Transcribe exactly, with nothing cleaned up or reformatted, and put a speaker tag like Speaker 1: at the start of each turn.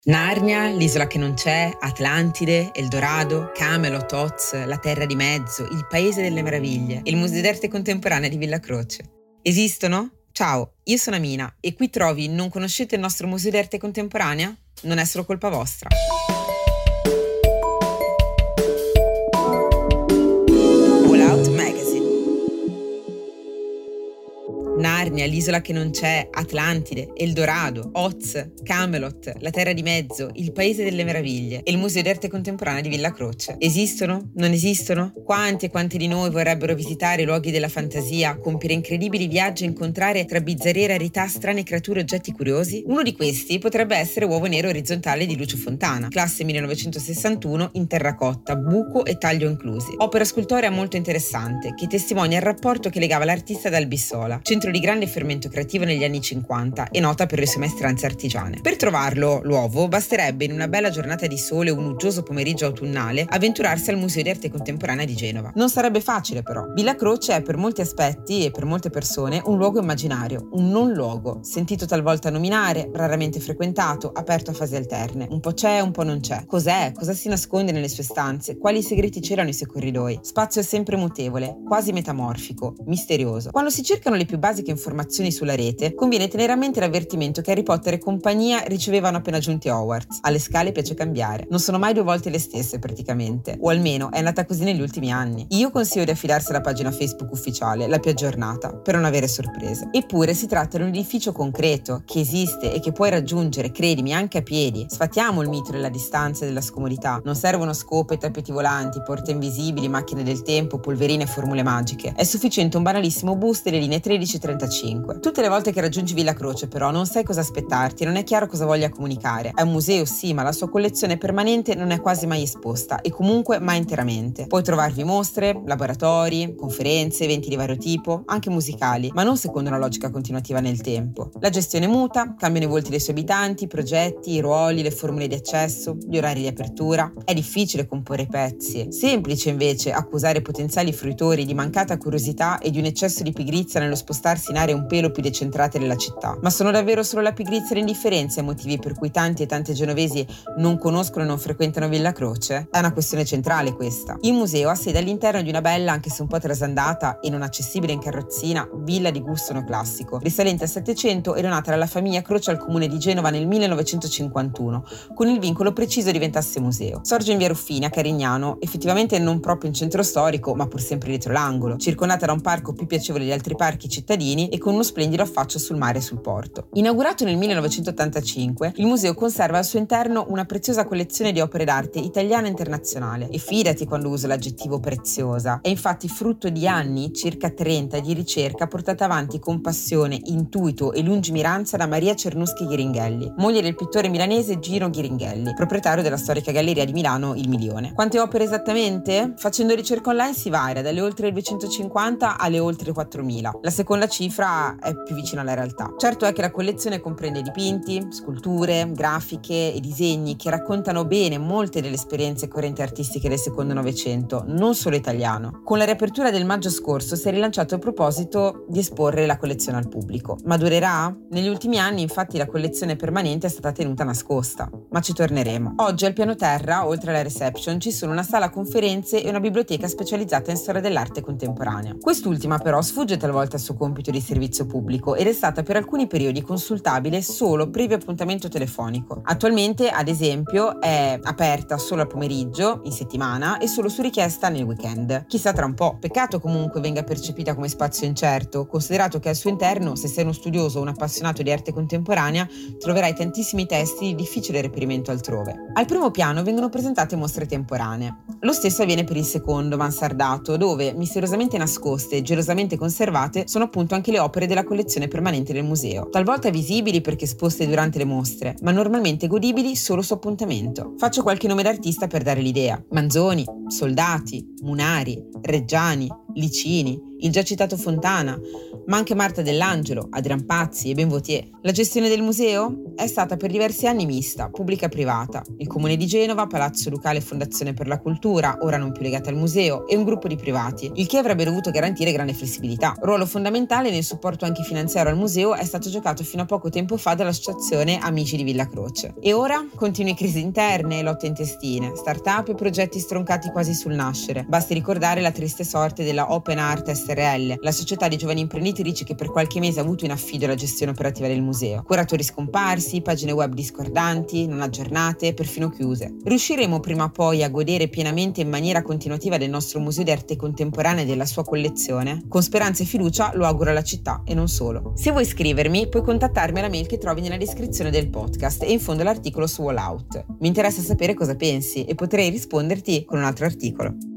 Speaker 1: Narnia, l'isola che non c'è, Atlantide, Eldorado, Camelot, Oz, la Terra di Mezzo, il Paese delle Meraviglie, il Museo d'Arte Contemporanea di Villa Croce. Esistono? Ciao, io sono Amina e qui trovi Non conoscete il nostro Museo d'Arte Contemporanea? Non è solo colpa vostra. All Out Magazine. Narnia, l'isola che non c'è, Atlantide, Eldorado, Oz, Camelot, la Terra di Mezzo, il Paese delle Meraviglie e il Museo d'Arte Contemporanea di Villa Croce. Esistono? Non esistono? Quanti e quanti di noi vorrebbero visitare i luoghi della fantasia, compiere incredibili viaggi e incontrare tra bizzarrie rarità, strane creature e oggetti curiosi? Uno di questi potrebbe essere Uovo Nero Orizzontale di Lucio Fontana, classe millenovecentosessantuno, in terracotta, buco e taglio inclusi. Opera scultorea molto interessante, che testimonia il rapporto che legava l'artista ad Albissola, centro di grande fermento creativo negli anni cinquanta e nota per le sue maestranze artigiane. Per trovarlo, l'uovo, basterebbe in una bella giornata di sole o un uggioso pomeriggio autunnale avventurarsi al Museo di Arte Contemporanea di Genova. Non sarebbe facile però. Villa Croce è per molti aspetti e per molte persone un luogo immaginario, un non luogo, sentito talvolta nominare, raramente frequentato, aperto a fasi alterne. Un po' c'è, un po' non c'è. Cos'è? Cosa si nasconde nelle sue stanze? Quali segreti c'erano i suoi corridoi? Spazio sempre mutevole, quasi metamorfico, misterioso. Quando si cercano le più basiche informazioni sulla rete, conviene tenere a mente l'avvertimento che Harry Potter e compagnia ricevevano appena giunti a Hogwarts. Alle scale piace cambiare. Non sono mai due volte le stesse praticamente, o almeno è andata così negli ultimi anni. Io consiglio di affidarsi alla pagina Facebook ufficiale, la più aggiornata, per non avere sorprese. Eppure si tratta di un edificio concreto, che esiste e che puoi raggiungere, credimi, anche a piedi. Sfatiamo il mito della distanza e della scomodità. Non servono scope, tappeti volanti, porte invisibili, macchine del tempo, polverine e formule magiche. È sufficiente un banalissimo bus delle linee tredici trentacinque. Tutte le volte che raggiungi Villa Croce però non sai cosa aspettarti, non è chiaro cosa voglia comunicare. È un museo sì, ma la sua collezione permanente non è quasi mai esposta e comunque mai interamente. Puoi trovarvi mostre, laboratori, conferenze, eventi di vario tipo, anche musicali, ma non secondo una logica continuativa nel tempo. La gestione muta, cambiano i volti dei suoi abitanti, i progetti, i ruoli, le formule di accesso, gli orari di apertura. È difficile comporre i pezzi. Semplice invece accusare potenziali fruitori di mancata curiosità e di un eccesso di pigrizia nello spostarsi in aree un pelo più decentrate della città. Ma sono davvero solo la pigrizia e l'indifferenza i motivi per cui tanti e tante genovesi non conoscono e non frequentano Villa Croce? È una questione centrale questa. Il museo ha sede all'interno di una bella, anche se un po' trasandata e non accessibile in carrozzina, villa di gusto neoclassico, risalente al Settecento e donata dalla famiglia Croce al comune di Genova nel millenovecentocinquantuno, con il vincolo preciso diventasse museo. Sorge in via Ruffini a Carignano, effettivamente non proprio in centro storico, ma pur sempre dietro l'angolo, circondata da un parco più piacevole di altri parchi cittadini e con uno splendido affaccio sul mare e sul porto. Inaugurato nel millenovecentottantacinque, il museo conserva al suo interno una preziosa collezione di opere d'arte italiana e internazionale. E fidati quando uso l'aggettivo preziosa. È infatti frutto di anni, circa trenta, di ricerca portata avanti con passione, intuito e lungimiranza da Maria Cernuschi Ghiringhelli, moglie del pittore milanese Gino Ghiringhelli, proprietario della storica galleria di Milano Il Milione. Quante opere esattamente? Facendo ricerca online si varia dalle oltre duecentocinquanta alle oltre quattromila. La seconda cifra è più vicina alla realtà. Certo è che la collezione comprende dipinti, sculture, grafiche e disegni che raccontano bene molte delle esperienze correnti artistiche del secondo Novecento, non solo italiano. Con la riapertura del maggio scorso si è rilanciato il proposito di esporre la collezione al pubblico. Ma durerà? Negli ultimi anni infatti la collezione permanente è stata tenuta nascosta, ma ci torneremo. Oggi al piano terra, oltre alla reception, ci sono una sala conferenze e una biblioteca specializzata in storia dell'arte contemporanea. Quest'ultima però sfugge talvolta al suo compito di servizio pubblico ed è stata per alcuni periodi consultabile solo previo appuntamento telefonico. Attualmente, ad esempio, è aperta solo al pomeriggio, in settimana, e solo su richiesta nel weekend. Chissà tra un po'. Peccato comunque venga percepita come spazio incerto, considerato che al suo interno, se sei uno studioso o un appassionato di arte contemporanea, troverai tantissimi testi di difficile reperimento altrove. Al primo piano vengono presentate mostre temporanee. Lo stesso avviene per il secondo, mansardato, dove, misteriosamente nascoste e gelosamente conservate, sono appunto anche le opere della collezione permanente del museo, talvolta visibili perché esposte durante le mostre, ma normalmente godibili solo su appuntamento. Faccio qualche nome d'artista per dare l'idea: Manzoni, Soldati, Munari, Reggiani, Licini, il già citato Fontana, ma anche Marta Dell'Angelo, Adrian Pazzi e Benvautier. La gestione del museo è stata per diversi anni mista, pubblica-privata. Il Comune di Genova, Palazzo Ducale e Fondazione per la Cultura, ora non più legate al museo, e un gruppo di privati, il che avrebbe dovuto garantire grande flessibilità. Ruolo fondamentale nel supporto anche finanziario al museo è stato giocato fino a poco tempo fa dall'associazione Amici di Villa Croce. E ora? Continui crisi interne, lotte intestine, start-up e progetti stroncati quasi sul nascere. Basti ricordare la triste sorte della Open Art S R L, la società di giovani imprenditrici che per qualche mese ha avuto in affido la gestione operativa del museo. Curatori scomparsi, pagine web discordanti, non aggiornate, perfino chiuse. Riusciremo prima o poi a godere pienamente in maniera continuativa del nostro museo di arte contemporanea e della sua collezione? Con speranza e fiducia lo auguro alla città e non solo. Se vuoi scrivermi, puoi contattarmi alla mail che trovi nella descrizione del podcast e in fondo l'articolo su Wall Out. Mi interessa sapere cosa pensi e potrei risponderti con un altro articolo.